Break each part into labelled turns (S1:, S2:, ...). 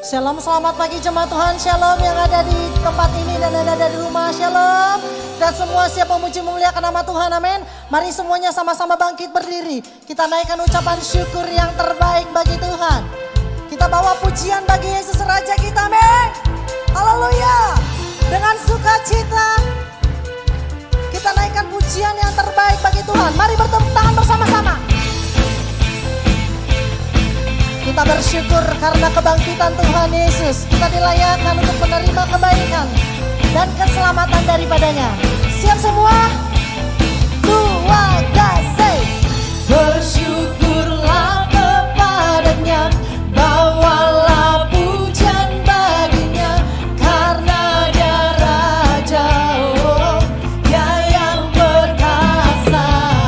S1: Shalom, selamat pagi jemaat Tuhan. Shalom yang ada di tempat ini dan ada di rumah. Shalom. Dan semua siap memuji memuliakan nama Tuhan. Amin. Mari semuanya sama-sama bangkit berdiri. Kita naikkan ucapan syukur yang terbaik bagi Tuhan. Kita bawa pujian bagi Yesus Raja kita. Amin. Haleluya. Dengan sukacita kita naikkan pujian yang terbaik bagi Tuhan. Mari bertepuk tangan bersama-sama. Kita bersyukur karena kebangkitan Tuhan Yesus. Kita dilayakkan untuk menerima kebaikan dan keselamatan daripadanya. Siap semua? 2, 3, say. Bersyukurlah kepadanya, bawalah pujian baginya, karena dia Raja, oh, dia yang perkasa.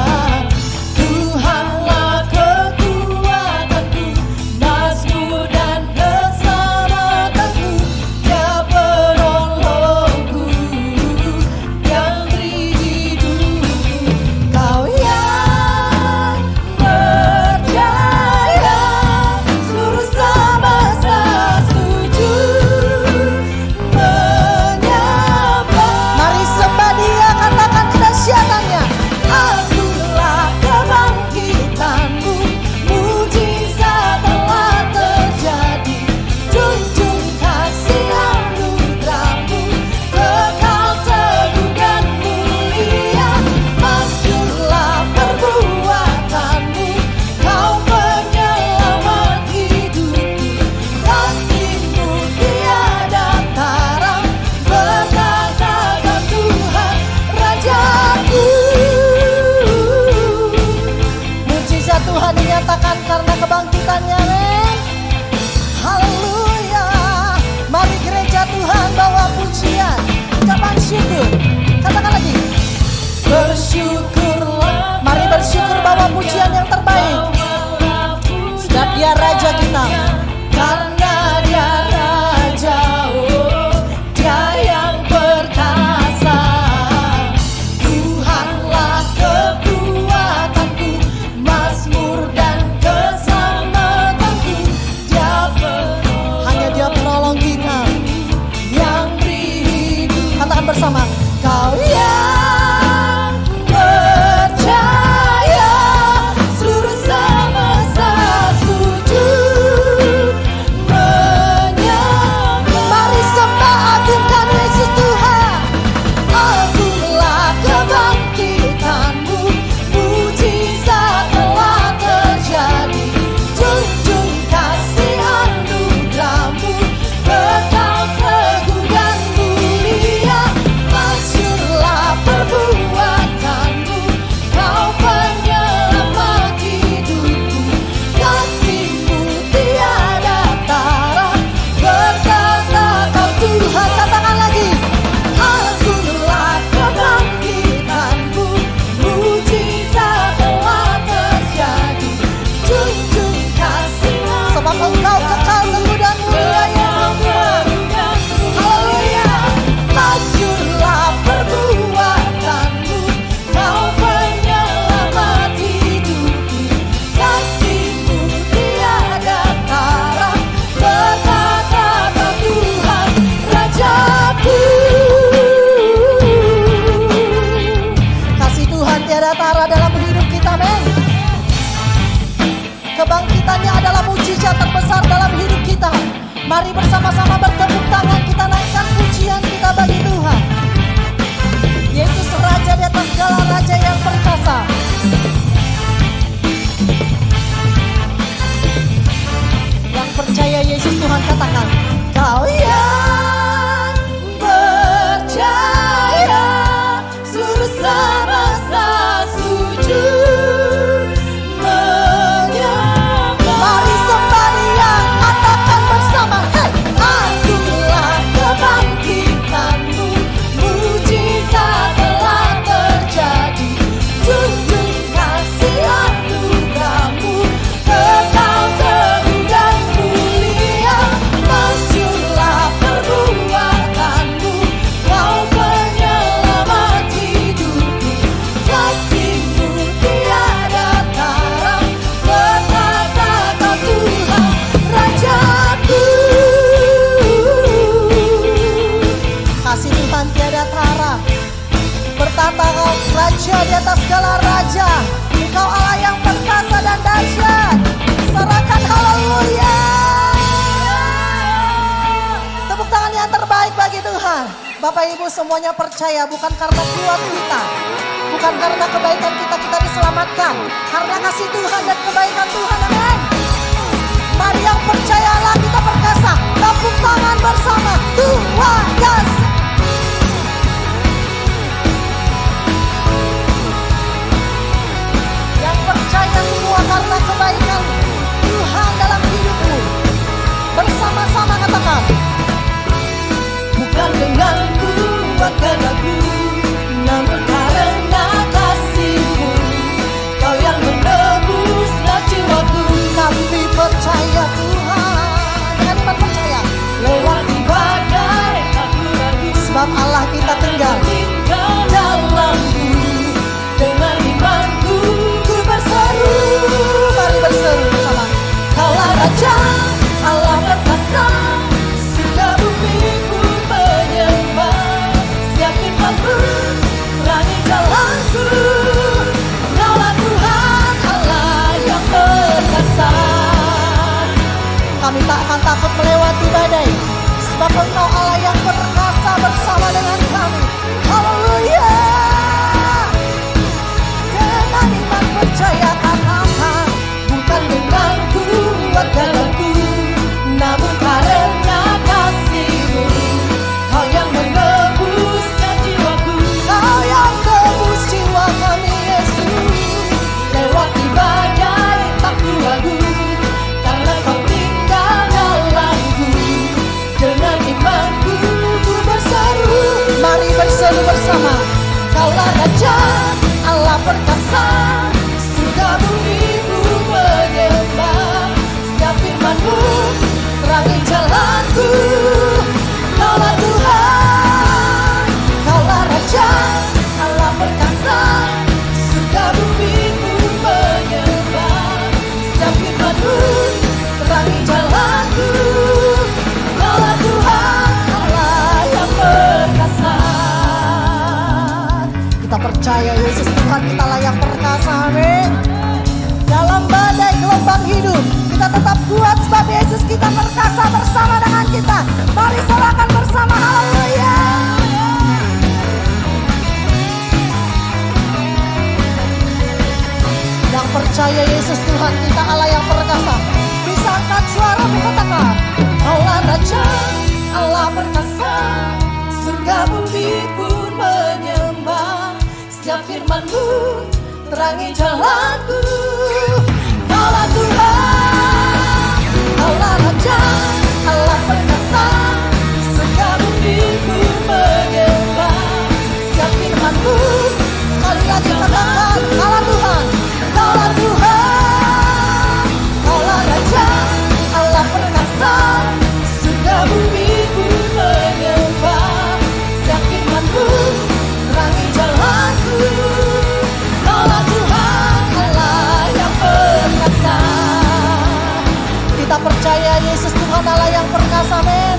S1: Tuhanlah kekuatanku, Mazmur dan keselamatanku, dia penolongku, yang beri hidupku. Kau yang percaya, seluruh semesta sujud menyembah. Mari sembah Dia, katakan kedahsyatannya. Akulah kebangkitanmu, mujizat telah terjadi. Junjung kasih anugerahmu, kekal teguh dan mulia. Masyurlah perbuatanmu, kau penyelamat hidupku. Kasihmu tiada tara, berkatakan Tuhan Rajaku. Mujizat Tuhan dinyatakan karena kebangkitannya, amin. Haleluya. Mari gereja Tuhan bawa pujian, ucapan syukur. Katakan lagi. Bersyukurlah. Mari bersyukur bawa pujian yang terbaik. Sebab Dia Raja kita. Karena Dia Raja, oh, Dia yang perkasa. Tuhanlah kekuatanku, Mazmur dan keselamatanku, hanya Dia penolong kita, yang beri hidup. Katakan bersama. Kau yang percaya, seluruh semesta sujud menyembah. Mari sembah, agungkan Yesus Tuhan. Akulah kebangkitanmu, mujizat telah terjadi. Junjung kasih anugerahmu, kekal teguh dan mulia. Masyurlah perbuatanmu, kau penyelamat hidupku. Kasihmu tiada tara, berkata kau Tuhan. Katakan lagi. Akulah kebangkitanmu, mujizat telah terjadi. Junjung kasih, sebab Engkau kekal teguh dan mulia, Yesus Tuhan. Haleluya. Masyurlah perbuatanmu, kau penyelamat hidupku. Kasihmu tiada tara, berkata kau Tuhan Rajaku. Kasih Tuhan tiada tara dalam hidup kita, men. Kebangkitannya adalah mujizat terbesar dalam hidup kita. Mari bersama-sama bertepuk tangan, kita naikkan pujian kita bagi Tuhan. Yesus Raja di atas segala raja yang perkasa. Yang percaya Yesus Tuhan, katakan. Kau yang percaya, seluruh semesta sujud menyembah. Mari sembah Dia, katakan bersama. Hey! Akulah kebangkitanmu, mujizat telah terjadi. Junjung di atas segala raja. Engkau Allah yang perkasa dan dahsyat. Serahkan haleluya. Tepuk tangan yang terbaik bagi Tuhan. Bapak Ibu semuanya percaya bukan karena kuat kita, bukan karena kebaikan kita diselamatkan, karena kasih Tuhan dan kebaikan Tuhan. Amin. Mari yang percaya Allah kita perkasa. Tepuk tangan bersama. Tuhan kasih. Yang percaya semua karena kebaikan Tuhan dalam hidupmu. Bersama-sama katakan. Bukan dengan kuat tenaga, namun karena kasih-Mu, Kau yang menebuslah jiwaku. Kami percaya Tuhan, dengan iman percaya. Lewati badai aku ragu, sebab Allah kita tinggal dalam-Mu. Dengan imanku ku berseru, mari berseru bersama. Kaulah Raja, Allah perkasa, surga bumi ku menyembah. Setiap firman-Mu terangi jalanku. Kaulah Tuhan Allah yang perkasa. Kami tak akan takut melewati badai, sebab Engkau Allah yang perkasa bersama dengan kami. Haleluya. Dengan iman percaya katakan, bukan dengan kuat dalaku, namun karena kasih-Mu, Kau yang menebuskan jiwaku. Kau yang tebus jiwa kami Yesus. Lewati badai tak ku ragu, karena Kau tinggal dalamku. Dengan imanku ku berseru, mari berseru bersama. Kaulah Raja, Allah perkasa, surga bumi ku menyembah. Setiap firman-Mu terangi jalanku. Kaulah Tuhan, Kaulah Raja, Allah perkasa, surga bumi ku menyembah. Setiap firman-Mu terangi jalanku. Kaulah Tuhan, Allah yang perkasa. Kita percaya Yesus Tuhan kita layak perkasa. Amin. Dalam badai gelombang hidup kita tetap kuat sebab Yesus kita perkasa bersama dengan kita. Mari serahkan bersama. Haleluya. Yang percaya Yesus Tuhan kita Allah yang perkasa, bisa angkat suaramu katakan. Allah Raja, Allah perkasa, surga bumi pun menyembah. Setiap firman-Mu terangi jalanku. Kaulah Tuhan, Kaulah Raja, Allah perkasa, surga bumi pun menyembah. Setiap firman-Mu, sekali lagi katakan. Kaulah Tuhan, Kaulah Tuhan, Kaulah Raja, Allah perkasa, surga bumi pun menyembah. Setiap firman-Mu terangi jalanku. Kaulah Tuhan Allah yang perkasa. Kita percaya Yesus Tuhan Allah yang perkasa. Amin.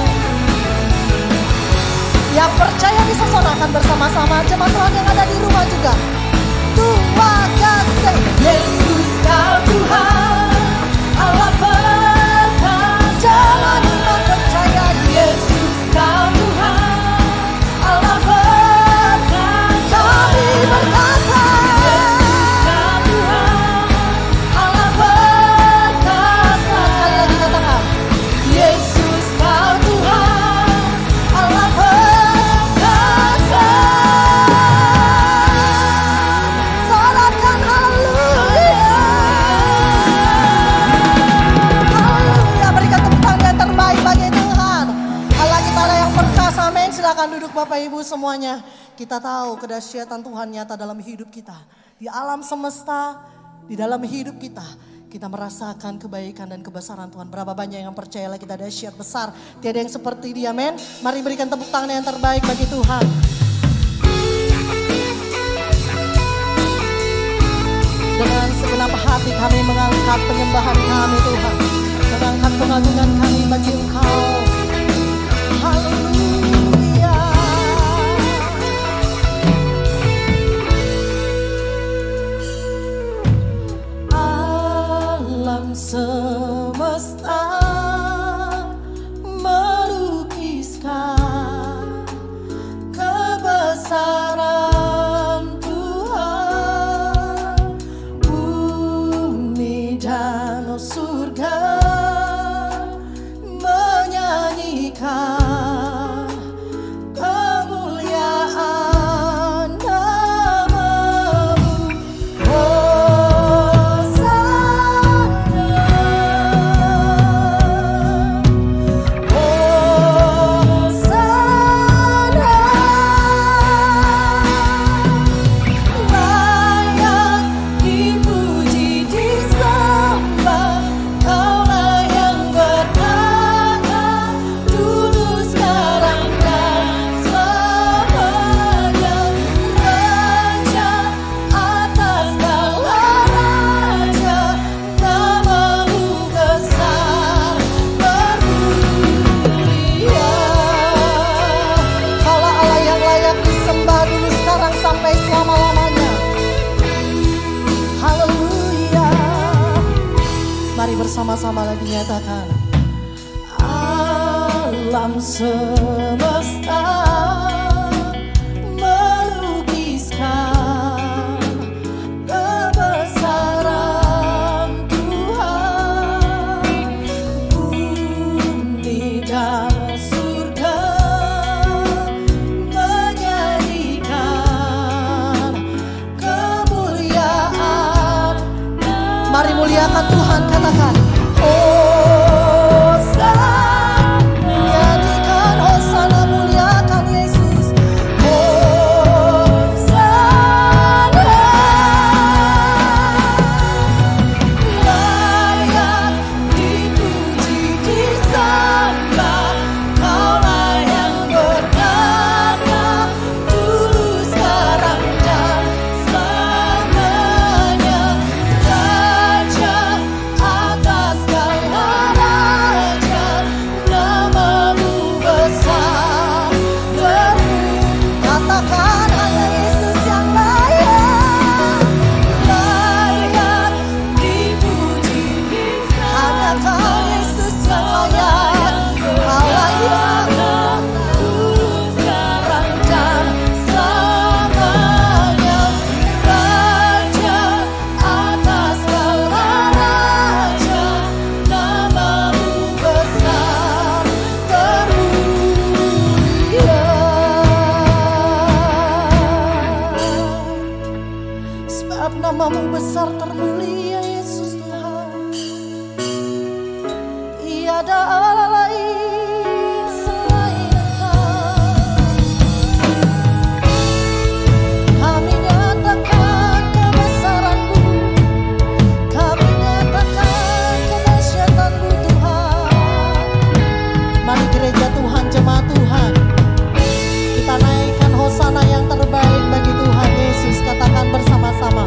S1: Yang percaya bisa sorakan bersama-sama jemaat Tuhan yang ada di rumah juga. Tuhan kasih. Yesus Kau Tuhan Allah perkasa. Jangan lupa percaya Yesus Kau Tuhan Allah perkasa. Kami berkata Yesus Kau Tuhan Allah perkasa. Sekali lagi katakan Yesus Kau Tuhan Allah perkasa. Sorakan haleluya. Haleluya. Berikan tepuk tangan yang terbaik bagi Tuhan. Allah kita Allah yang perkasa. Amin. Silakan duduk Bapak Ibu semuanya. Kita tahu kedahsyatan Tuhan nyata dalam hidup kita. Di alam semesta, di dalam hidup kita. Kita merasakan kebaikan dan kebesaran Tuhan. Berapa banyak yang percaya kita dahsyat besar. Tiada yang seperti Dia. Amin. Mari berikan tepuk tangan yang terbaik bagi Tuhan. Dengan segenap hati kami mengangkat penyembahan kami Tuhan. Mengangkat pengagungan kami bagi Engkau. Haleluya. bersama-sama lagi nyatakan. Alam semesta melukiskan kebesaran Tuhan. Bumi dan surga menyanyikan kemuliaan. Mari muliakan Tuhan, katakan. Namamu besar termulia Yesus Tuhan. Tiada Allah lain selain Engkau. Kami nyatakan kebesaran-Mu, kami nyatakan kedahsyatan-Mu Tuhan. Mari gereja Tuhan, jemaat Tuhan, kita naikkan hosana yang terbaik bagi Tuhan Yesus. Katakan bersama-sama.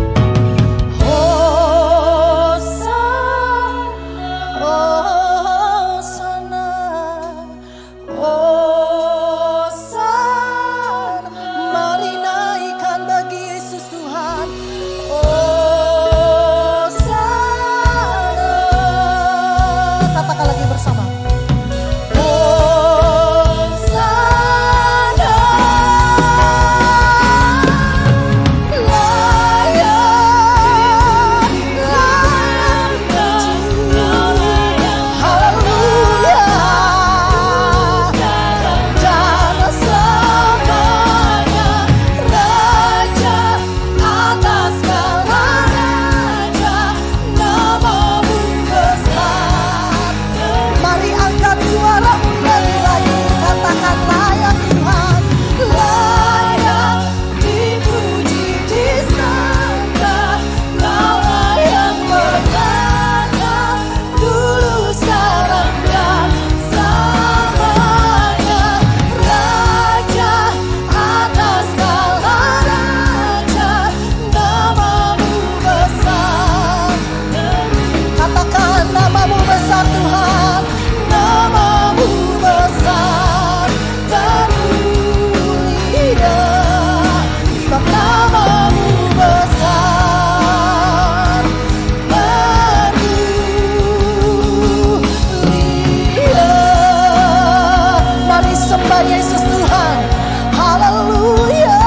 S1: Yesus Tuhan, haleluya.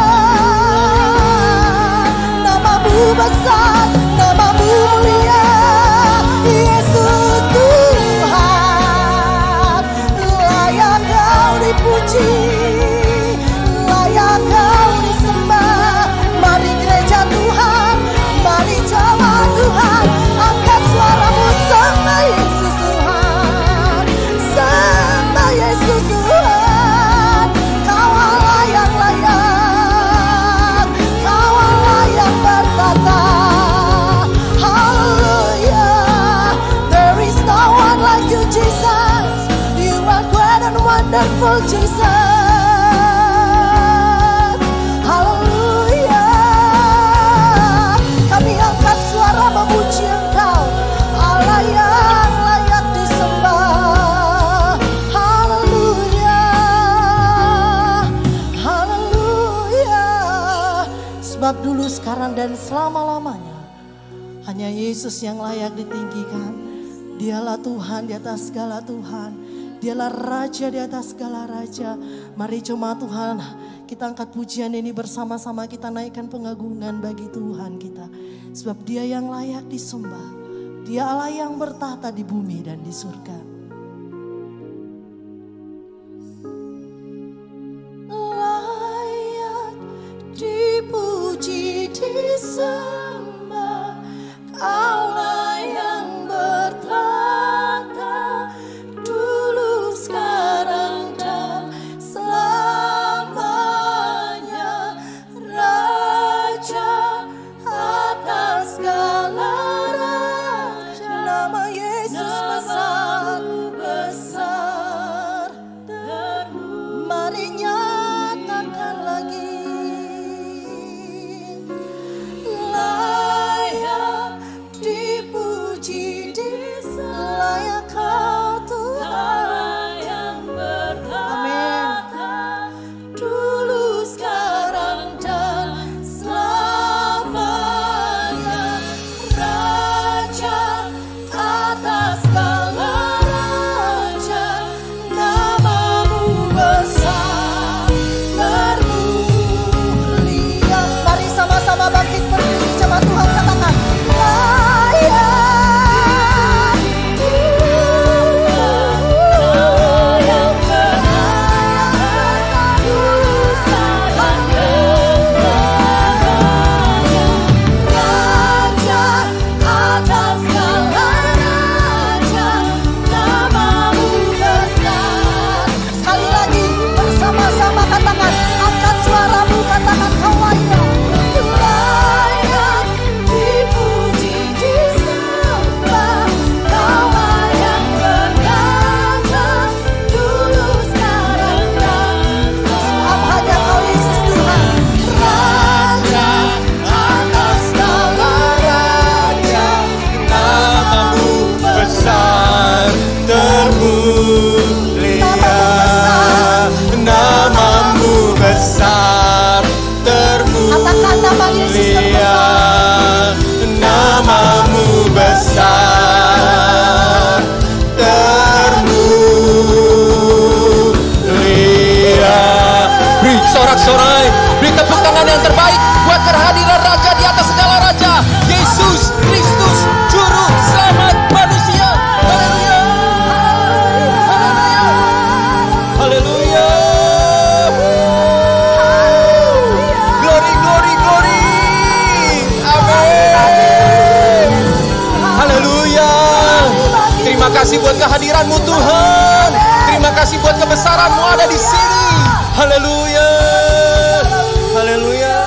S1: Namamu besar, namamu mulia, Yesus Tuhan. Layak Kau dipuji, layak Kau disembah. Mari gereja Tuhan, mari jemaat Tuhan, angkat suaramu, sembah Yesus Tuhan, sembah Yesus Tuhan. Wonderful Jesus, haleluya. Kami angkat suara memuji Engkau, Allah yang layak disembah. Haleluya, haleluya. Sebab dulu, sekarang, dan selama-lamanya hanya Yesus yang layak ditinggikan. Dialah Tuhan di atas segala Tuhan. Dialah Raja di atas segala Raja. Mari cuma Tuhan, kita angkat pujian ini bersama-sama, kita naikkan pengagungan bagi Tuhan kita. Sebab Dia yang layak disembah. Dia Allah yang bertahta di bumi dan di surga. Layak dipuji disembah, Kaulah yang bertahta dulu, sekarang dan selamanya. Raja atas segala raja, nama Yesus besar, besar. Mari nyatakan lagi. Layak dipuji layak Kau Tuhan yang bertahta dulu, sekarang dan selamanya. Raja atas segala raja, namamu besar termulia. Mari sama-sama bangkit berdiri, coba Tuhan katakan layak. Sekali lagi bersama-sama katakan, angkat suaramu, katakan Kau layak. Layak dipuji disembah, Kaulah yang bertahta dulu, sekarang dan selamanya. Hanya Kau Yesus Tuhan, Raja atas segala raja,
S2: Namamu besar termulia. Namamu besar
S1: Katakan nama Yesus
S2: termulia. Namamu besar termulia. Beri sorak-sorai, beri tepuk tangan yang terbaik buat kehadiran Raja di atas segala raja, Yesus Kristus, Juru Selamat manusia. Haleluya. Haleluya. Glory, glory, glory. Amin. Haleluya. Terima kasih buat kehadiran-Mu Tuhan. Terima kasih buat kebesaran-Mu ada di sini. Haleluya. Haleluya.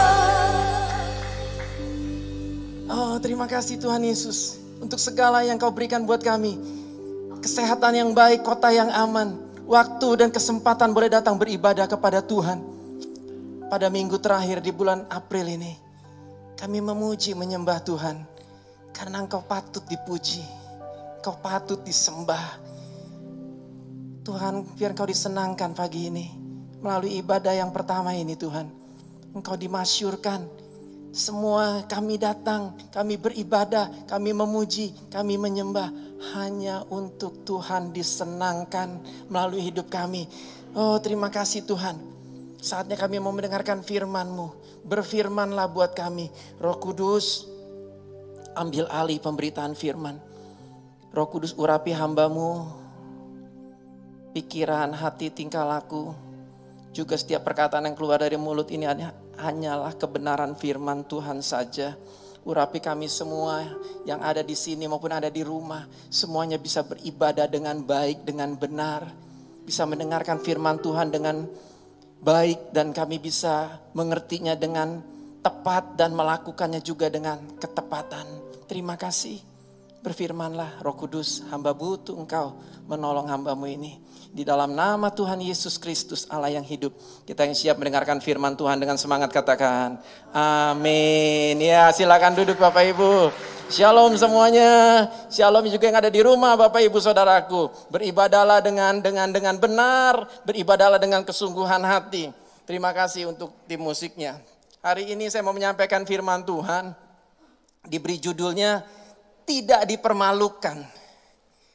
S2: Oh, terima kasih Tuhan Yesus untuk segala yang Kau berikan buat kami. Kesehatan yang baik, kota yang aman, waktu dan kesempatan boleh datang beribadah kepada Tuhan. Pada minggu terakhir di bulan April ini, kami memuji menyembah Tuhan. Karena Engkau patut dipuji, Kau patut disembah. Tuhan, biar Kau disenangkan pagi ini. Melalui ibadah yang pertama ini Tuhan, Engkau dimasyurkan. Semua kami datang, kami beribadah, kami memuji, kami menyembah hanya untuk Tuhan disenangkan melalui hidup kami. Oh, terima kasih Tuhan. Saatnya kami mau mendengarkan firman-Mu. Berfirmanlah buat kami. Roh Kudus, ambil alih pemberitaan firman. Roh Kudus, urapi hamba-Mu, pikiran, hati, tingkah laku. Juga setiap perkataan yang keluar dari mulut ini hanyalah kebenaran firman Tuhan saja. Urapi kami semua yang ada di sini maupun ada di rumah. Semuanya bisa beribadah dengan baik, dengan benar. Bisa mendengarkan firman Tuhan dengan baik. Dan kami bisa mengertinya dengan tepat dan melakukannya juga dengan ketepatan. Terima kasih. Berfirmanlah Roh Kudus, hamba butuh Engkau menolong hamba-Mu ini. Di dalam nama Tuhan Yesus Kristus Allah yang hidup. Kita yang siap mendengarkan firman Tuhan dengan semangat katakan amin. Ya, silakan duduk Bapak Ibu. Shalom semuanya. Shalom juga yang ada di rumah Bapak Ibu Saudaraku. Beribadahlah dengan benar, beribadahlah dengan kesungguhan hati. Terima kasih untuk tim musiknya. Hari ini saya mau menyampaikan firman Tuhan. Diberi judulnya tidak dipermalukan.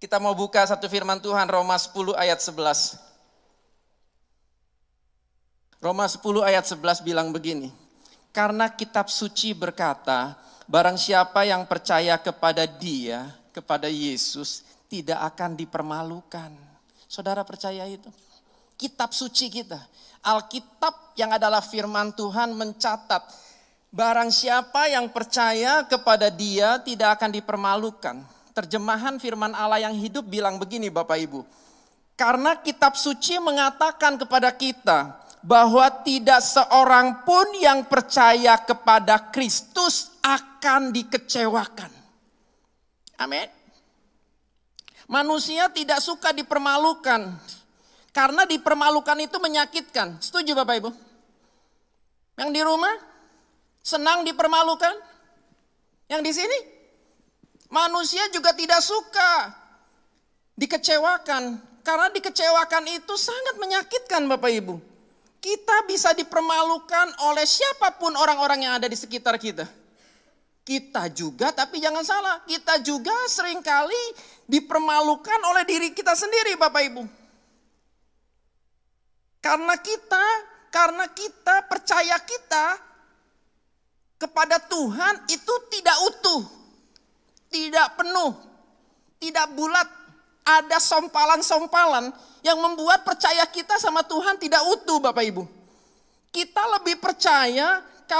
S2: Kita mau buka satu firman Tuhan, Roma 10 ayat 11. Roma 10 ayat 11 bilang begini. Karena kitab suci berkata, barang siapa yang percaya kepada Dia, kepada Yesus, tidak akan dipermalukan. Saudara percaya itu? Kitab suci kita, Alkitab yang adalah firman Tuhan mencatat, barang siapa yang percaya kepada Dia tidak akan dipermalukan. Terjemahan firman Allah yang hidup bilang begini Bapak Ibu. Karena kitab suci mengatakan kepada kita bahwa tidak seorang pun yang percaya kepada Kristus akan dikecewakan. Amin. Manusia tidak suka dipermalukan. Karena dipermalukan itu menyakitkan. Setuju Bapak Ibu? Yang di rumah senang dipermalukan? Yang di sini? Manusia juga tidak suka dikecewakan. Karena dikecewakan itu sangat menyakitkan Bapak Ibu. Kita bisa dipermalukan oleh siapapun orang-orang yang ada di sekitar kita. Kita juga, tapi jangan salah, kita juga seringkali dipermalukan oleh diri kita sendiri Bapak Ibu. Karena kita percaya kita kepada Tuhan itu tidak utuh, tidak penuh, tidak bulat. Ada sompalan-sompalan yang membuat percaya kita sama Tuhan tidak utuh Bapak Ibu. Kita lebih percaya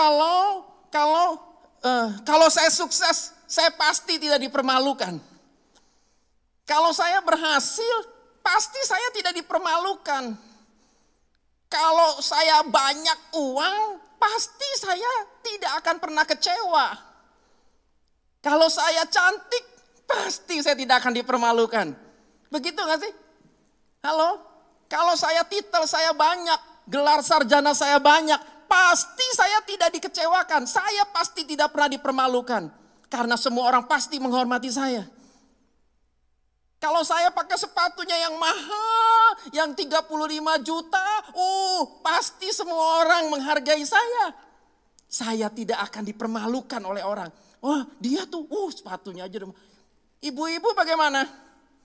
S2: kalau saya sukses, saya pasti tidak dipermalukan. Kalau saya berhasil, pasti saya tidak dipermalukan. Kalau saya banyak uang, pasti saya tidak akan pernah kecewa. Kalau saya cantik, pasti saya tidak akan dipermalukan. Begitu gak sih? Halo? Kalau saya titel saya banyak, gelar sarjana saya banyak, pasti saya tidak dikecewakan. Saya pasti tidak pernah dipermalukan. Karena semua orang pasti menghormati saya. Kalau saya pakai sepatunya yang mahal, yang 35 juta, pasti semua orang menghargai saya. Saya tidak akan dipermalukan oleh orang. Wah dia tuh, sepatunya aja. Ibu-ibu bagaimana?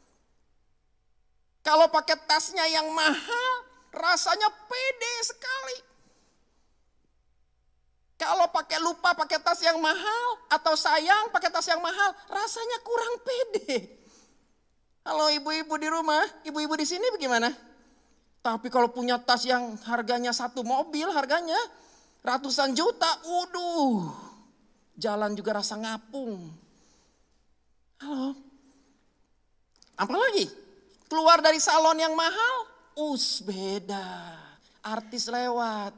S2: Kalau pakai tasnya yang mahal, rasanya pede sekali. Kalau lupa pakai tas yang mahal, atau sayang pakai tas yang mahal, rasanya kurang pede. Halo ibu-ibu di rumah, ibu-ibu di sini bagaimana? Tapi kalau punya tas yang harganya satu mobil, harganya ratusan juta, jalan juga rasa ngapung. Halo, apa lagi? Keluar dari salon yang mahal, beda. Artis lewat.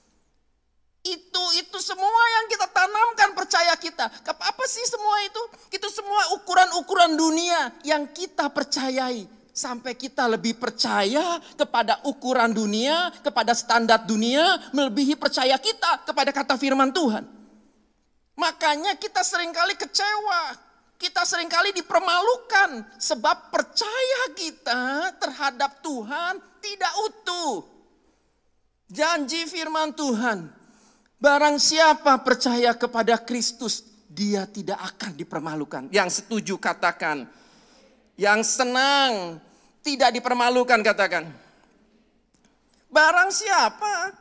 S2: Itu semua yang kita tanamkan percaya kita. Apa sih semua itu? Itu semua ukuran-ukuran dunia yang kita percayai. Sampai kita lebih percaya kepada ukuran dunia, kepada standar dunia, melebihi percaya kita kepada kata firman Tuhan. Makanya kita seringkali kecewa. Kita seringkali dipermalukan sebab percaya kita terhadap Tuhan tidak utuh. Janji firman Tuhan, barang siapa percaya kepada Kristus, dia tidak akan dipermalukan. Yang setuju katakan, yang senang tidak dipermalukan katakan. Barang siapa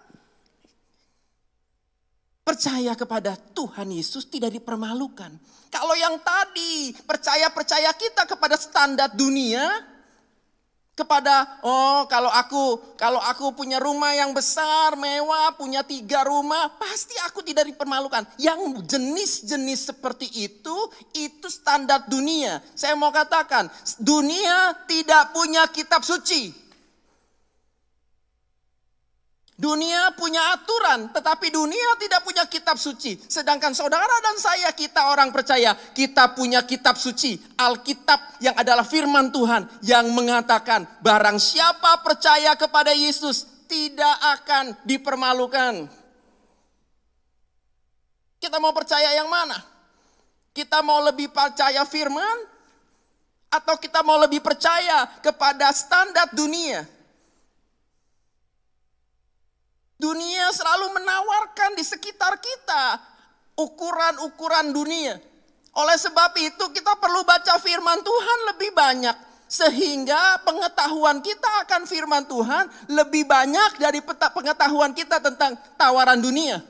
S2: percaya kepada Tuhan Yesus tidak dipermalukan. Kalau yang tadi percaya kita kepada standar dunia, kepada kalau aku punya rumah yang besar, mewah, punya 3 rumah, pasti aku tidak dipermalukan. Yang jenis-jenis seperti itu standar dunia. Saya mau katakan, dunia tidak punya kitab suci. Dunia punya aturan, tetapi dunia tidak punya kitab suci. Sedangkan saudara dan saya, kita orang percaya, kita punya kitab suci. Alkitab yang adalah firman Tuhan yang mengatakan, barang siapa percaya kepada Yesus tidak akan dipermalukan. Kita mau percaya yang mana? Kita mau lebih percaya firman? Atau kita mau lebih percaya kepada standar dunia? Dunia selalu menawarkan di sekitar kita ukuran-ukuran dunia. Oleh sebab itu kita perlu baca firman Tuhan lebih banyak. Sehingga pengetahuan kita akan firman Tuhan lebih banyak dari pengetahuan kita tentang tawaran dunia.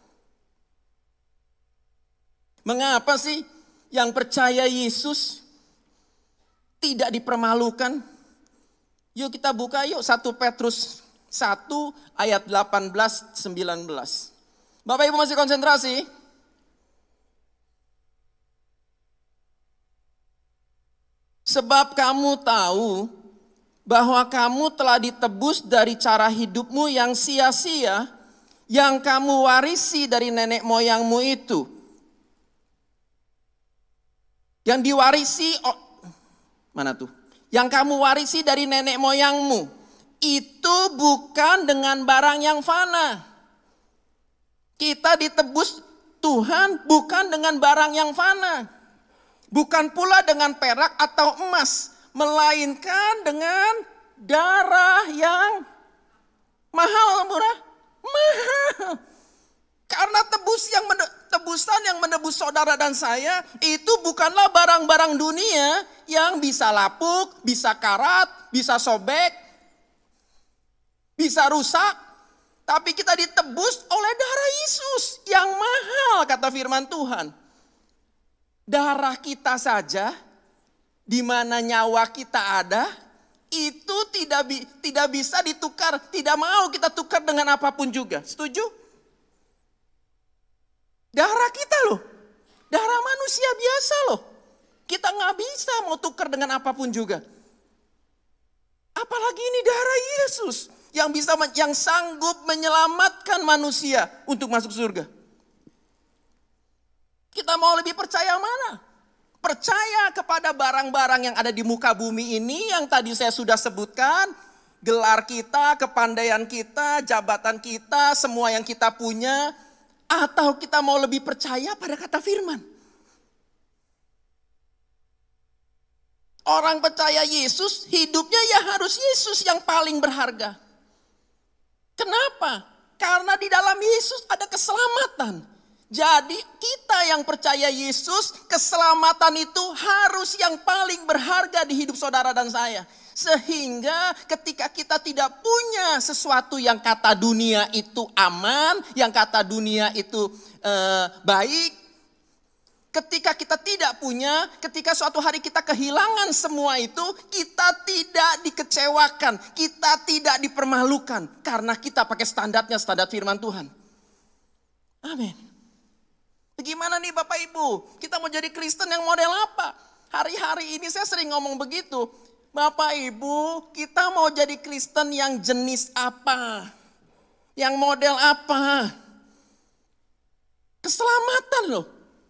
S2: Mengapa sih yang percaya Yesus tidak dipermalukan? Yuk kita buka yuk 1 Petrus 1 ayat 18-19. Bapak Ibu masih konsentrasi? Sebab kamu tahu bahwa kamu telah ditebus dari cara hidupmu yang sia-sia yang kamu warisi dari nenek moyangmu itu. Yang diwarisi, mana tuh? Yang kamu warisi dari nenek moyangmu. Itu bukan dengan barang yang fana. Kita ditebus Tuhan bukan dengan barang yang fana. Bukan pula dengan perak atau emas. Melainkan dengan darah yang mahal, murah. Mahal. Karena tebusan yang menebus saudara dan saya itu bukanlah barang-barang dunia yang bisa lapuk, bisa karat, bisa sobek, bisa rusak. Tapi kita ditebus oleh darah Yesus yang mahal, kata firman Tuhan. Darah kita saja, di mana nyawa kita ada, itu tidak bisa ditukar, tidak mau kita tukar dengan apapun juga. Setuju? Darah kita loh, darah manusia biasa loh. Kita nggak bisa mau tukar dengan apapun juga. Apalagi ini darah Yesus yang sanggup menyelamatkan manusia untuk masuk surga. Kita mau lebih percaya mana? Percaya kepada barang-barang yang ada di muka bumi ini yang tadi saya sudah sebutkan. Gelar kita, kepandaian kita, jabatan kita, semua yang kita punya. Atau kita mau lebih percaya pada kata firman. Orang percaya Yesus, hidupnya ya harus Yesus yang paling berharga. Kenapa? Karena di dalam Yesus ada keselamatan. Jadi kita yang percaya Yesus, keselamatan itu harus yang paling berharga di hidup saudara dan saya. Sehingga ketika kita tidak punya sesuatu yang kata dunia itu aman, yang kata dunia itu baik. Ketika kita tidak punya, ketika suatu hari kita kehilangan semua itu, kita tidak dikecewakan, kita tidak dipermalukan. Karena kita pakai standar firman Tuhan. Amin. Bagaimana nih Bapak Ibu? Kita mau jadi Kristen yang model apa? Hari-hari ini saya sering ngomong begitu. Bapak Ibu, kita mau jadi Kristen yang jenis apa? Yang model apa? Keselamatan loh.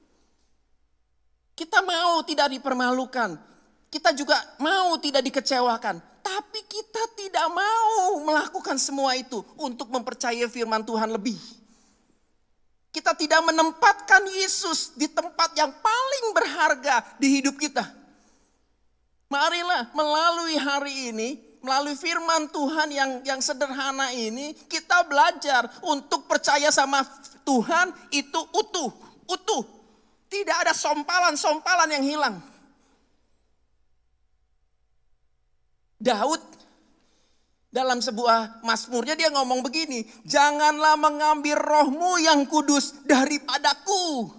S2: Kita mau tidak dipermalukan. Kita juga mau tidak dikecewakan. Tapi kita tidak mau melakukan semua itu untuk mempercayai firman Tuhan lebih. Kita tidak menempatkan Yesus di tempat yang paling berharga di hidup kita. Marilah melalui hari ini, melalui firman Tuhan yang sederhana ini, kita belajar untuk percaya sama Tuhan itu utuh. Tidak ada sompalan-sompalan yang hilang. Daud dalam sebuah mazmurnya dia ngomong begini, janganlah mengambil rohmu yang kudus daripadaku.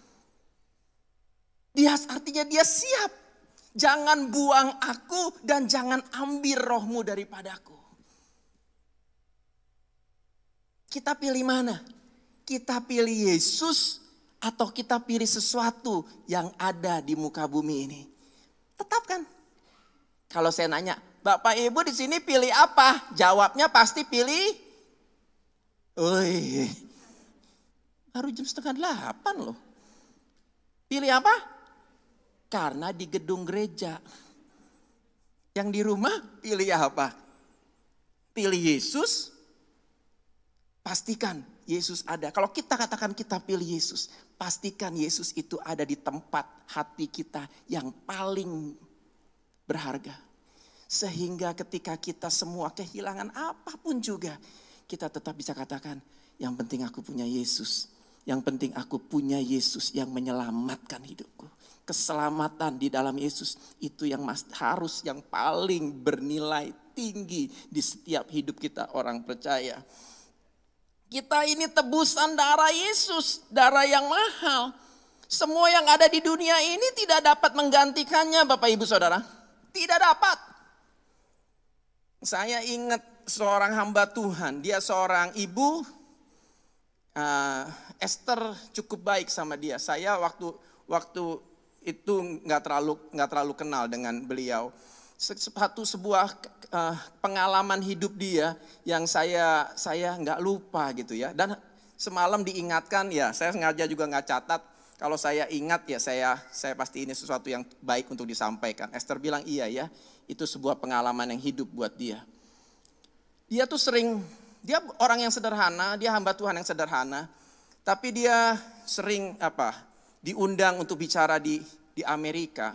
S2: Artinya dia siap. Jangan buang aku dan jangan ambil rohmu daripadaku. Kita pilih mana? Kita pilih Yesus atau kita pilih sesuatu yang ada di muka bumi ini? Tetapkan. Kalau saya nanya, Bapak Ibu di sini pilih apa? Jawabnya pasti pilih. Baru jam 7:30 loh. Pilih apa? Karena di gedung gereja. Yang di rumah pilih apa? Pilih Yesus. Pastikan Yesus ada. Kalau kita katakan kita pilih Yesus, pastikan Yesus itu ada di tempat hati kita yang paling berharga. Sehingga ketika kita semua kehilangan apapun juga, kita tetap bisa katakan, yang penting aku punya Yesus. Yang penting aku punya Yesus yang menyelamatkan hidupku. keselamatan di dalam Yesus. Itu yang harus yang paling bernilai tinggi di setiap hidup kita orang percaya. Kita ini tebusan darah Yesus, darah yang mahal. Semua yang ada di dunia ini tidak dapat menggantikannya, Bapak Ibu Saudara. Tidak dapat. Saya ingat seorang hamba Tuhan, dia seorang ibu, Esther cukup baik sama dia. Saya waktu itu nggak terlalu kenal dengan beliau. Sebuah pengalaman hidup dia yang saya nggak lupa gitu ya. Dan semalam diingatkan ya, saya sengaja juga nggak catat. Kalau saya ingat ya saya pasti ini sesuatu yang baik untuk disampaikan. Esther bilang iya ya, itu sebuah pengalaman yang hidup buat dia. Dia tuh dia orang yang sederhana, dia hamba Tuhan yang sederhana. Tapi dia sering diundang untuk bicara di Amerika.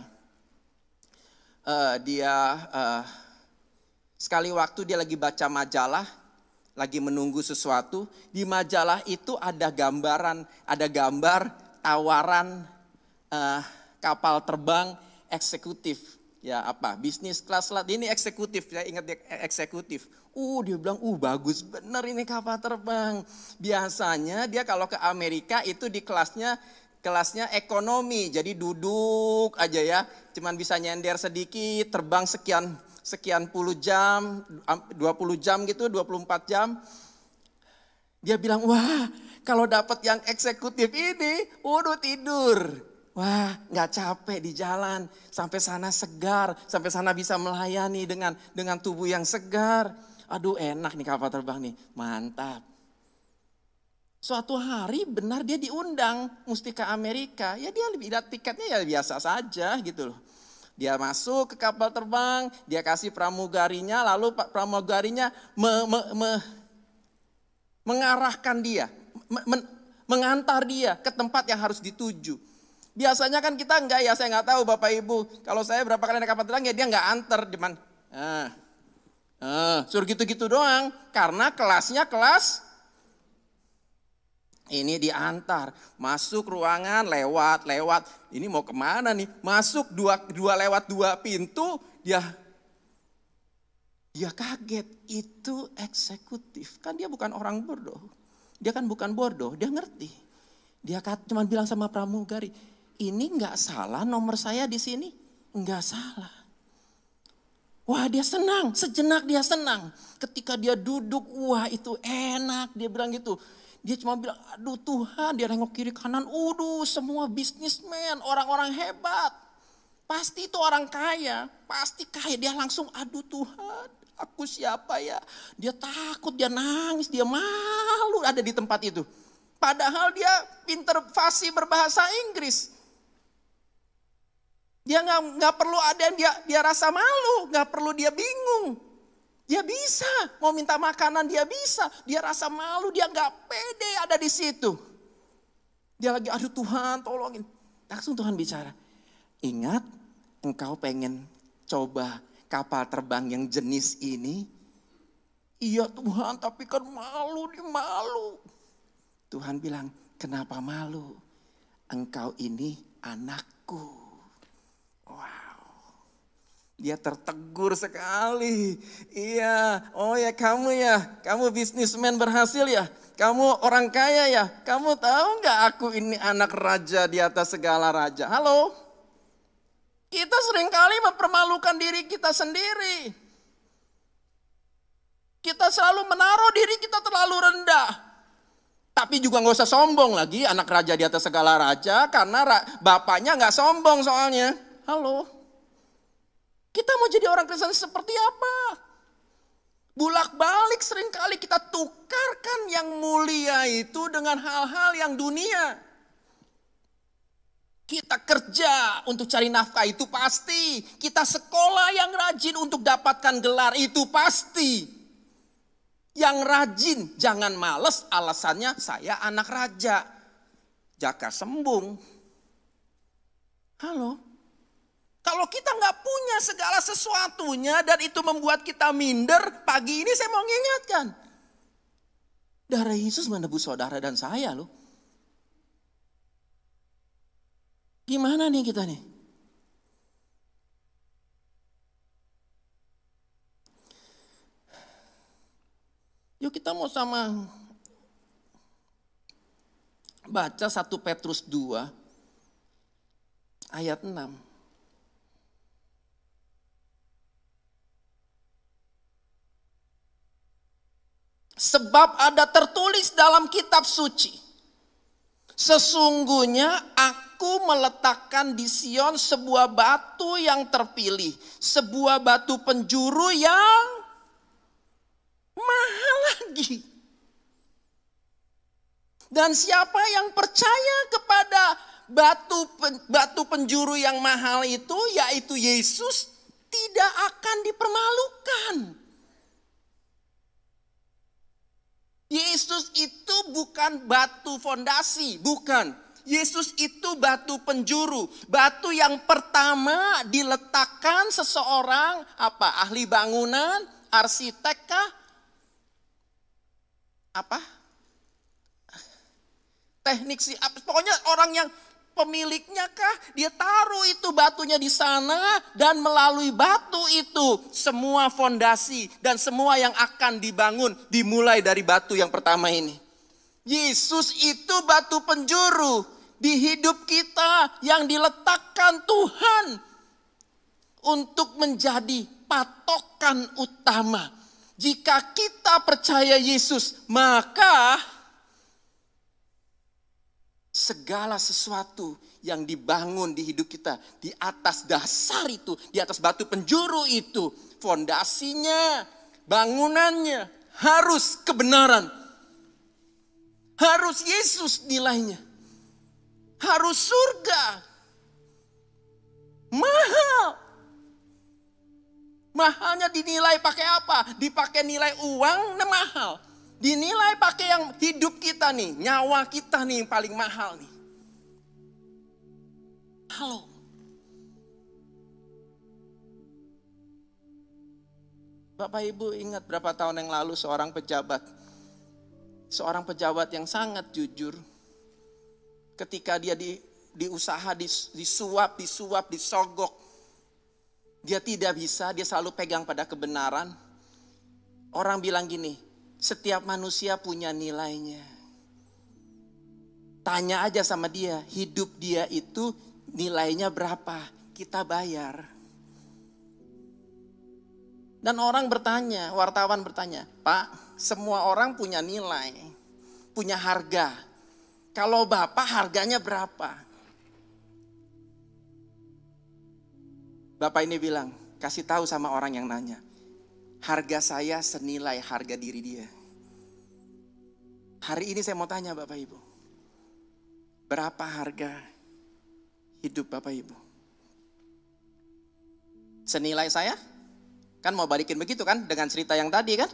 S2: Sekali waktu dia lagi baca majalah, lagi menunggu sesuatu. Di majalah itu ada gambar tawaran kapal terbang eksekutif. Ya bisnis kelas lah. Ini eksekutif, saya ingat dia eksekutif. Dia bilang, bagus bener ini kapal terbang. Biasanya dia kalau ke Amerika itu di kelasnya ekonomi. Jadi duduk aja ya. Cuman bisa nyender sedikit, terbang sekian puluh jam, 20 jam gitu, 24 jam. Dia bilang, wah kalau dapat yang eksekutif ini, tidur. Wah, nggak capek di jalan, sampai sana segar, sampai sana bisa melayani dengan tubuh yang segar. Aduh, enak nih kapal terbang nih, mantap. Suatu hari benar dia diundang, mesti ke Amerika. Ya dia lihat tiketnya ya biasa saja gitu loh. Dia masuk ke kapal terbang, dia kasih pramugarinya, lalu pramugarinya mengarahkan dia, mengantar dia ke tempat yang harus dituju. Biasanya kan kita enggak ya, saya enggak tahu Bapak Ibu. Kalau saya berapa kali naik kapal terbang ya dia enggak antar, cuman suruh gitu-gitu doang. Karena kelasnya kelas ini diantar, masuk ruangan lewat. Ini mau kemana nih? Masuk lewat dua pintu, dia kaget. Itu eksekutif, kan dia bukan orang bodoh. Dia kan bukan bodoh, dia ngerti. Dia cuma bilang sama pramugari, ini nggak salah nomor saya di sini, nggak salah. Wah dia senang, sejenak dia senang. Ketika dia duduk, wah itu enak, dia bilang gitu. Dia cuma bilang, aduh Tuhan, dia nengok kiri kanan, semua bisnismen, orang-orang hebat. Pasti itu orang kaya, pasti kaya. Dia langsung, aduh Tuhan, aku siapa ya? Dia takut, dia nangis, dia malu ada di tempat itu. Padahal dia pinter fasih berbahasa Inggris. Dia nggak perlu ada yang dia rasa malu, nggak perlu dia bingung. Dia bisa, mau minta makanan dia bisa. Dia rasa malu, dia nggak pede ada di situ. Dia lagi, aduh Tuhan tolongin. Langsung Tuhan bicara, ingat engkau pengen coba kapal terbang yang jenis ini? Iya Tuhan, tapi kan malu. Tuhan bilang, kenapa malu? Engkau ini anakku. Wow. Dia tertegur sekali. Iya, oh ya kamu bisnismen berhasil ya. Kamu orang kaya ya. Kamu tahu gak aku ini anak raja di atas segala raja. Halo? Kita seringkali mempermalukan diri kita sendiri. Kita selalu menaruh diri kita terlalu rendah. Tapi juga gak usah sombong lagi anak raja di atas segala raja. Karena bapaknya gak sombong soalnya. Halo. Kita mau jadi orang Kristen seperti apa? Bulak-balik seringkali kita tukarkan yang mulia itu dengan hal-hal yang dunia. Kita kerja untuk cari nafkah itu pasti. Kita sekolah yang rajin untuk dapatkan gelar itu pasti. Yang rajin, jangan males alasannya saya anak raja. Jaka sembung. Halo. Kalau kita nggak punya segala sesuatunya dan itu membuat kita minder, pagi ini saya mau mengingatkan. Darah Yesus menebus saudara dan saya loh. Gimana nih kita nih? Yuk kita mau sama baca 1 Petrus 2 ayat 6. Sebab ada tertulis dalam kitab suci, sesungguhnya aku meletakkan di Sion sebuah batu yang terpilih, sebuah batu penjuru yang mahal lagi. Dan siapa yang percaya kepada batu penjuru yang mahal itu, yaitu Yesus, tidak akan dipermalukan. Yesus itu bukan batu fondasi, bukan. Yesus itu batu penjuru, batu yang pertama diletakkan seseorang apa? Ahli bangunan, arsitek kah? Apa? Teknik pokoknya orang yang pemiliknya kah, dia taruh itu batunya di sana dan melalui batu itu semua fondasi dan semua yang akan dibangun dimulai dari batu yang pertama ini. Yesus itu batu penjuru di hidup kita yang diletakkan Tuhan untuk menjadi patokan utama. Jika kita percaya Yesus, maka segala sesuatu yang dibangun di hidup kita di atas dasar itu, di atas batu penjuru itu, fondasinya, bangunannya harus kebenaran. Harus Yesus nilainya. Harus surga. Mahal. Mahalnya dinilai pakai apa? Dipakai nilai uang, nah mahal. Dinilai pakai yang hidup kita nih, nyawa kita nih yang paling mahal nih. Halo. Bapak Ibu ingat berapa tahun yang lalu seorang pejabat yang sangat jujur, ketika dia diusaha, disuap, disogok, dia tidak bisa, dia selalu pegang pada kebenaran. Orang bilang gini, setiap manusia punya nilainya. Tanya aja sama dia, hidup dia itu nilainya berapa? Kita bayar. Dan orang bertanya, wartawan bertanya, Pak, semua orang punya nilai, punya harga. Kalau Bapak harganya berapa? Bapak ini bilang, kasih tahu sama orang yang nanya. Harga saya senilai harga diri dia. Hari ini saya mau tanya Bapak Ibu. Berapa harga hidup Bapak Ibu? Senilai saya? Kan mau balikin begitu kan dengan cerita yang tadi kan?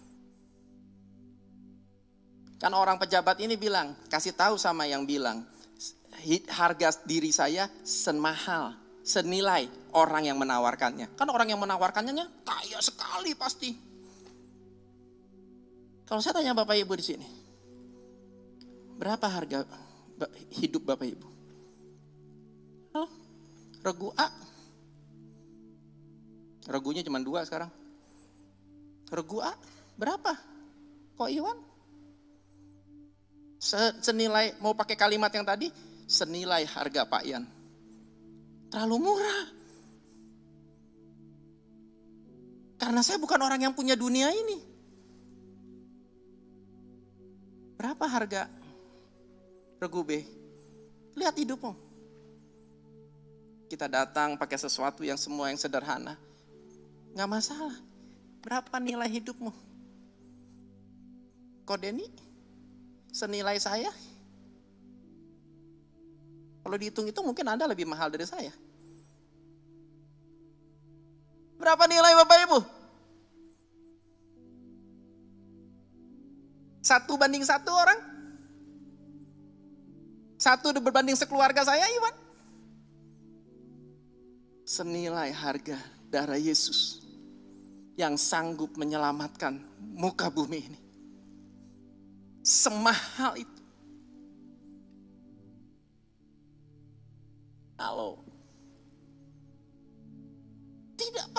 S2: Kan orang pejabat ini bilang, kasih tahu sama yang bilang, harga diri saya semahal, senilai orang yang menawarkannya. Kan orang yang menawarkannya kaya sekali pasti. Kalau saya tanya Bapak Ibu di sini, berapa harga hidup Bapak Ibu? Regu A. Regunya cuma 2 sekarang. Regu A berapa? Kok Iwan? Senilai, mau pakai kalimat yang tadi, senilai harga Pak Ian. Terlalu murah. Karena saya bukan orang yang punya dunia ini. Berapa harga regu B? Lihat hidupmu. Kita datang pakai sesuatu yang semua yang sederhana. Gak masalah. Berapa nilai hidupmu? Kok Denny? Senilai saya? Kalau dihitung itu mungkin Anda lebih mahal dari saya. Berapa nilai Bapak Ibu? 1:1 orang? 1 berbanding sekeluarga saya, Iwan? Senilai harga darah Yesus yang sanggup menyelamatkan muka bumi ini. Semahal itu.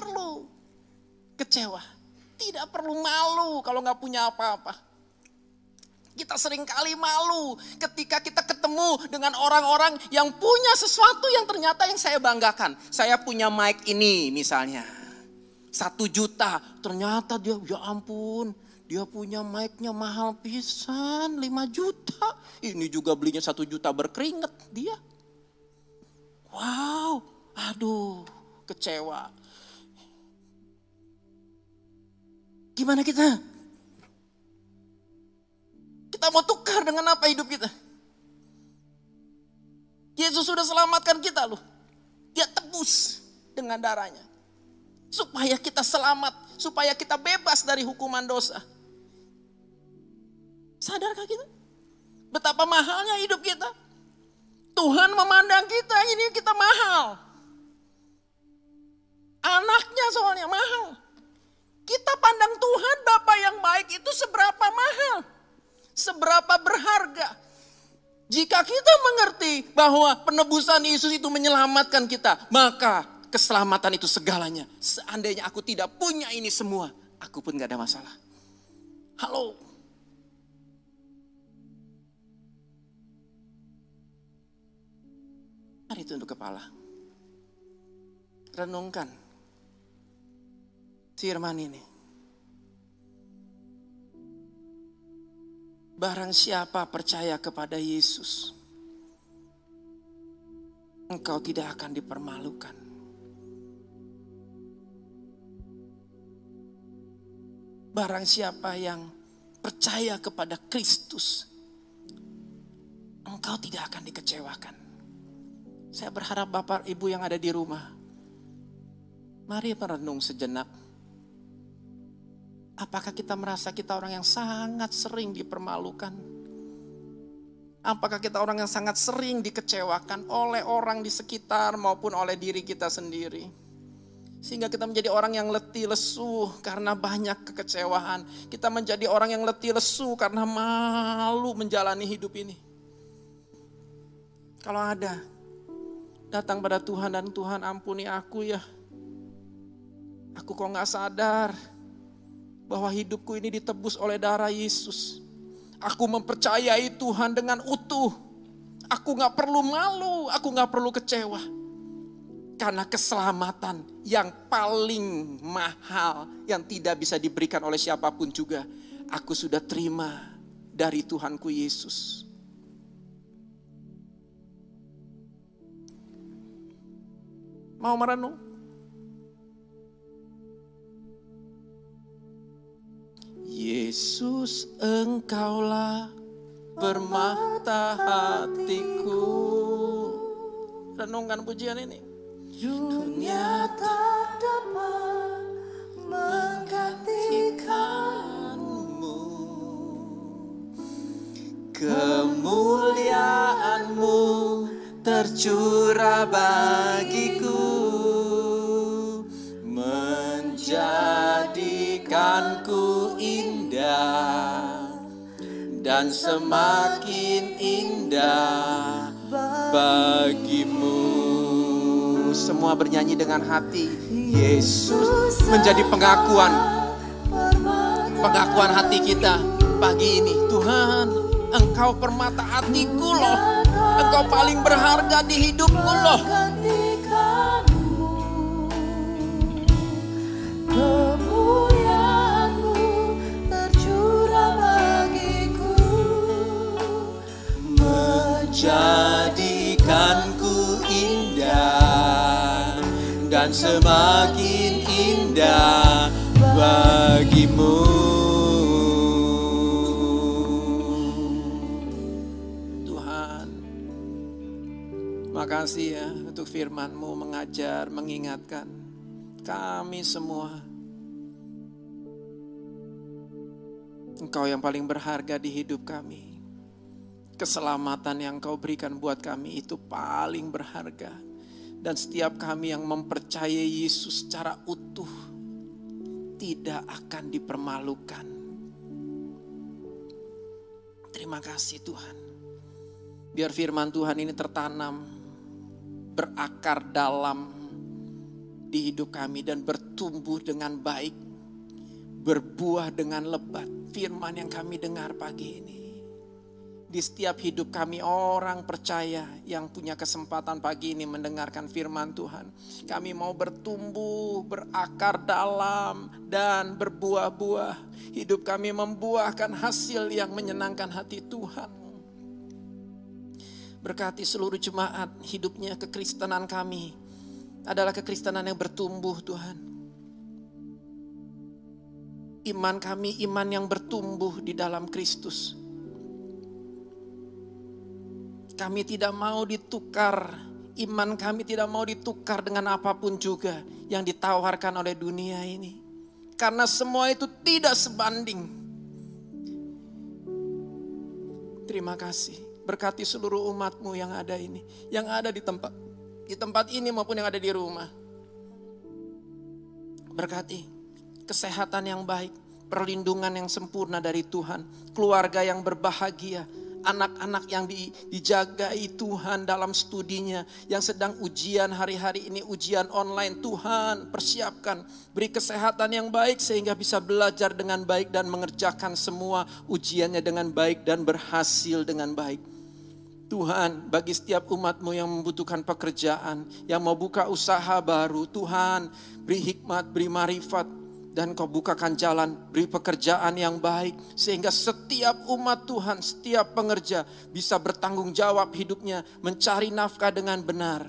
S2: perlu kecewa. Tidak perlu malu kalau gak punya apa-apa. Kita seringkali malu ketika kita ketemu dengan orang-orang yang punya sesuatu yang ternyata yang saya banggakan. Saya punya mic ini misalnya. 1 juta, ternyata dia ya ampun. Dia punya mic-nya mahal pisan, 5 juta. Ini juga belinya 1 juta berkeringat dia. Wow, aduh kecewa. Gimana kita? Kita mau tukar dengan apa hidup kita? Yesus sudah selamatkan kita loh. Dia tebus dengan darahnya. Supaya kita selamat, supaya kita bebas dari hukuman dosa. Sadarkah kita? Betapa mahalnya hidup kita. Tuhan memandang kita, ini kita mahal. Anaknya soalnya mahal. Kita pandang Tuhan Bapa yang baik itu seberapa mahal. Seberapa berharga. Jika kita mengerti bahwa penebusan Yesus itu menyelamatkan kita, maka keselamatan itu segalanya. Seandainya aku tidak punya ini semua, aku pun gak ada masalah. Halo. Mari tunduk kepala. Renungkan firman ini. Barang siapa percaya kepada Yesus, engkau tidak akan dipermalukan. Barang siapa yang percaya kepada Kristus, engkau tidak akan dikecewakan. Saya berharap Bapak Ibu yang ada di rumah, mari merenung sejenak. Apakah kita merasa kita orang yang sangat sering dipermalukan? Apakah kita orang yang sangat sering dikecewakan oleh orang di sekitar maupun oleh diri kita sendiri? Sehingga kita menjadi orang yang letih lesu karena banyak kekecewaan. Kita menjadi orang yang letih lesu karena malu menjalani hidup ini. Kalau ada, datang pada Tuhan dan Tuhan ampuni aku ya. Aku kok gak sadar bahwa hidupku ini ditebus oleh darah Yesus. Aku mempercayai Tuhan dengan utuh. Aku gak perlu malu, aku gak perlu kecewa. Karena keselamatan yang paling mahal, yang tidak bisa diberikan oleh siapapun juga, aku sudah terima dari Tuhanku Yesus. Mau merenung? Yesus, engkaulah permata hatiku. Renungkan pujian ini.
S1: Dunia tak dapat menggantikanmu.
S2: Kemuliaanmu tercurah bagiku, menjadikanku indah dan semakin indah bagimu. Semua bernyanyi dengan hati. Yesus menjadi pengakuan hati kita pagi ini. Tuhan, Engkau permata hatiku loh. Engkau paling berharga di hidupku loh.
S1: Kemuliaanmu tercurah bagiku,
S2: menjadikanku indah dan semakin indah bagimu. Makasih ya untuk firman-Mu mengajar, mengingatkan kami semua. Engkau yang paling berharga di hidup kami. Keselamatan yang Kau berikan buat kami itu paling berharga. Dan setiap kami yang mempercayai Yesus secara utuh tidak akan dipermalukan. Terima kasih Tuhan. Biar firman Tuhan ini tertanam, berakar dalam di hidup kami dan bertumbuh dengan baik, berbuah dengan lebat. Firman yang kami dengar pagi ini. Di setiap hidup kami orang percaya yang punya kesempatan pagi ini mendengarkan firman Tuhan. Kami mau bertumbuh, berakar dalam dan berbuah-buah. Hidup kami membuahkan hasil yang menyenangkan hati Tuhan. Berkati seluruh jemaat, hidupnya kekristenan kami adalah kekristenan yang bertumbuh Tuhan. Iman kami, iman yang bertumbuh di dalam Kristus. Kami tidak mau ditukar, iman kami tidak mau ditukar dengan apapun juga yang ditawarkan oleh dunia ini. Karena semua itu tidak sebanding. Terima kasih, berkati seluruh umat-Mu yang ada ini, yang ada di tempat ini maupun yang ada di rumah. Berkati kesehatan yang baik, perlindungan yang sempurna dari Tuhan, keluarga yang berbahagia, anak-anak yang dijagai Tuhan dalam studinya, yang sedang ujian hari-hari ini, ujian online. Tuhan persiapkan, beri kesehatan yang baik sehingga bisa belajar dengan baik dan mengerjakan semua ujiannya dengan baik dan berhasil dengan baik. Tuhan, bagi setiap umat-Mu yang membutuhkan pekerjaan, yang mau buka usaha baru, Tuhan beri hikmat, beri marifat, dan Kau bukakan jalan, beri pekerjaan yang baik. Sehingga setiap umat Tuhan, setiap pengerja bisa bertanggung jawab hidupnya, mencari nafkah dengan benar.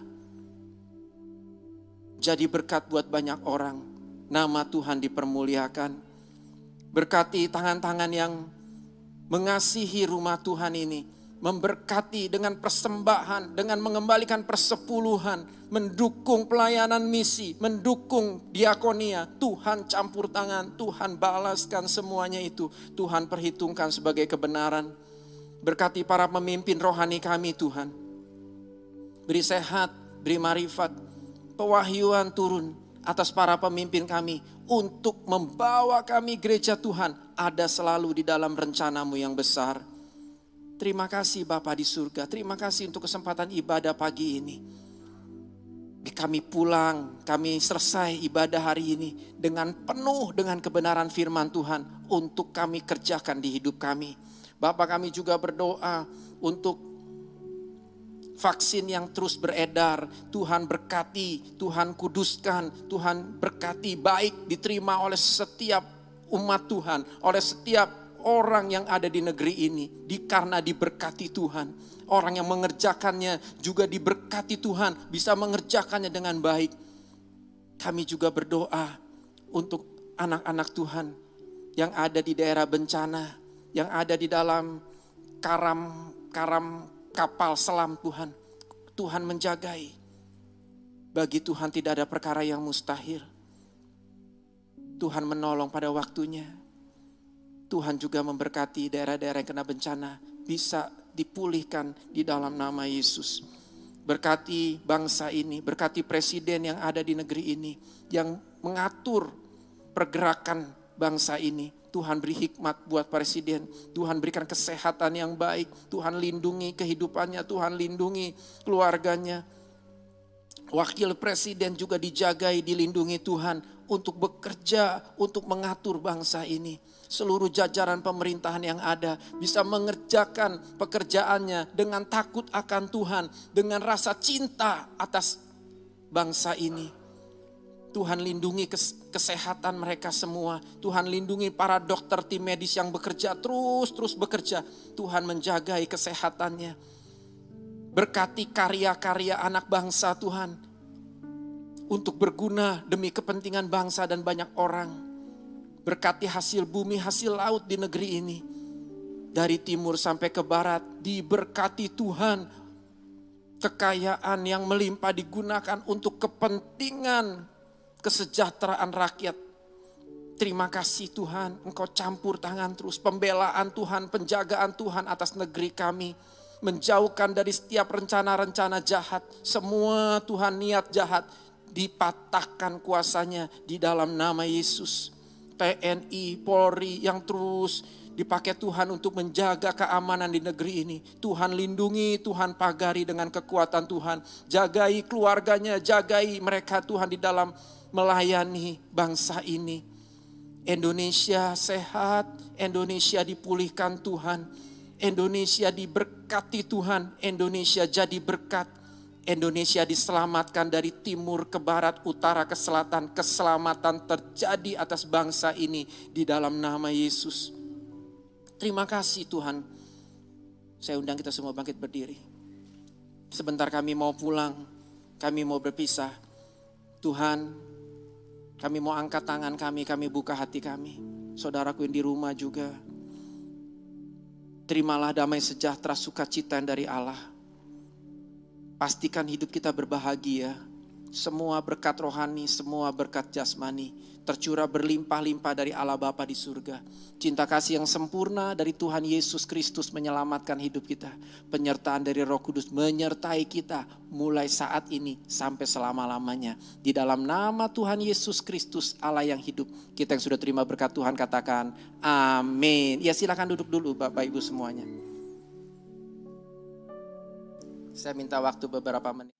S2: Jadi berkat buat banyak orang, nama Tuhan dipermuliakan. Berkati tangan-tangan yang mengasihi rumah Tuhan ini, memberkati dengan persembahan, dengan mengembalikan persepuluhan, mendukung pelayanan misi, mendukung diakonia. Tuhan campur tangan, Tuhan balaskan semuanya itu. Tuhan perhitungkan sebagai kebenaran. Berkati para pemimpin rohani kami Tuhan. Beri sehat, beri marifat, pewahyuan turun atas para pemimpin kami untuk membawa kami gereja Tuhan ada selalu di dalam rencana-Mu yang besar. Terima kasih Bapa di surga, terima kasih untuk kesempatan ibadah pagi ini. Kami pulang, kami selesai ibadah hari ini dengan penuh dengan kebenaran firman Tuhan untuk kami kerjakan di hidup kami. Bapak, kami juga berdoa untuk vaksin yang terus beredar. Tuhan berkati, Tuhan kuduskan, Tuhan berkati, baik diterima oleh setiap umat Tuhan, oleh setiap orang yang ada di negeri ini, karena diberkati Tuhan. Orang yang mengerjakannya juga diberkati Tuhan, bisa mengerjakannya dengan baik. Kami juga berdoa untuk anak-anak Tuhan yang ada di daerah bencana, yang ada di dalam karam kapal selam Tuhan. Tuhan menjagai. Bagi Tuhan tidak ada perkara yang mustahil. Tuhan menolong pada waktunya. Tuhan juga memberkati daerah-daerah yang kena bencana bisa dipulihkan di dalam nama Yesus. Berkati bangsa ini, berkati presiden yang ada di negeri ini, yang mengatur pergerakan bangsa ini. Tuhan beri hikmat buat presiden, Tuhan berikan kesehatan yang baik, Tuhan lindungi kehidupannya, Tuhan lindungi keluarganya. Wakil presiden juga dijagai, dilindungi Tuhan untuk bekerja, untuk mengatur bangsa ini. Seluruh jajaran pemerintahan yang ada bisa mengerjakan pekerjaannya dengan takut akan Tuhan, dengan rasa cinta atas bangsa ini. Tuhan lindungi kesehatan mereka semua. Tuhan lindungi para dokter, tim medis yang bekerja, terus bekerja. Tuhan menjagai kesehatannya. Berkati karya-karya anak bangsa Tuhan untuk berguna demi kepentingan bangsa dan banyak orang. Berkati hasil bumi, hasil laut di negeri ini. Dari timur sampai ke barat, diberkati Tuhan. Kekayaan yang melimpah digunakan untuk kepentingan kesejahteraan rakyat. Terima kasih Tuhan, Engkau campur tangan terus. Pembelaan Tuhan, penjagaan Tuhan atas negeri kami. Menjauhkan dari setiap rencana-rencana jahat. Semua Tuhan niat jahat dipatahkan kuasanya di dalam nama Yesus. TNI, Polri yang terus dipakai Tuhan untuk menjaga keamanan di negeri ini. Tuhan lindungi, Tuhan pagari dengan kekuatan Tuhan. Jagai keluarganya, jagai mereka Tuhan di dalam melayani bangsa ini. Indonesia sehat, Indonesia dipulihkan Tuhan. Indonesia diberkati Tuhan, Indonesia jadi berkat. Indonesia diselamatkan dari timur ke barat, utara ke selatan. Keselamatan terjadi atas bangsa ini di dalam nama Yesus. Terima kasih Tuhan. Saya undang kita semua bangkit berdiri. Sebentar kami mau pulang, kami mau berpisah. Tuhan, kami mau angkat tangan kami buka hati kami. Saudaraku yang di rumah juga. Terimalah damai sejahtera sukacita yang dari Allah. Pastikan hidup kita berbahagia. Semua berkat rohani, semua berkat jasmani tercurah berlimpah-limpah dari Allah Bapa di surga. Cinta kasih yang sempurna dari Tuhan Yesus Kristus menyelamatkan hidup kita. Penyertaan dari Roh Kudus menyertai kita mulai saat ini sampai selama-lamanya. Di dalam nama Tuhan Yesus Kristus Allah yang hidup. Kita yang sudah terima berkat Tuhan katakan amin. Ya silakan duduk dulu Bapak Ibu semuanya. Saya minta waktu beberapa menit.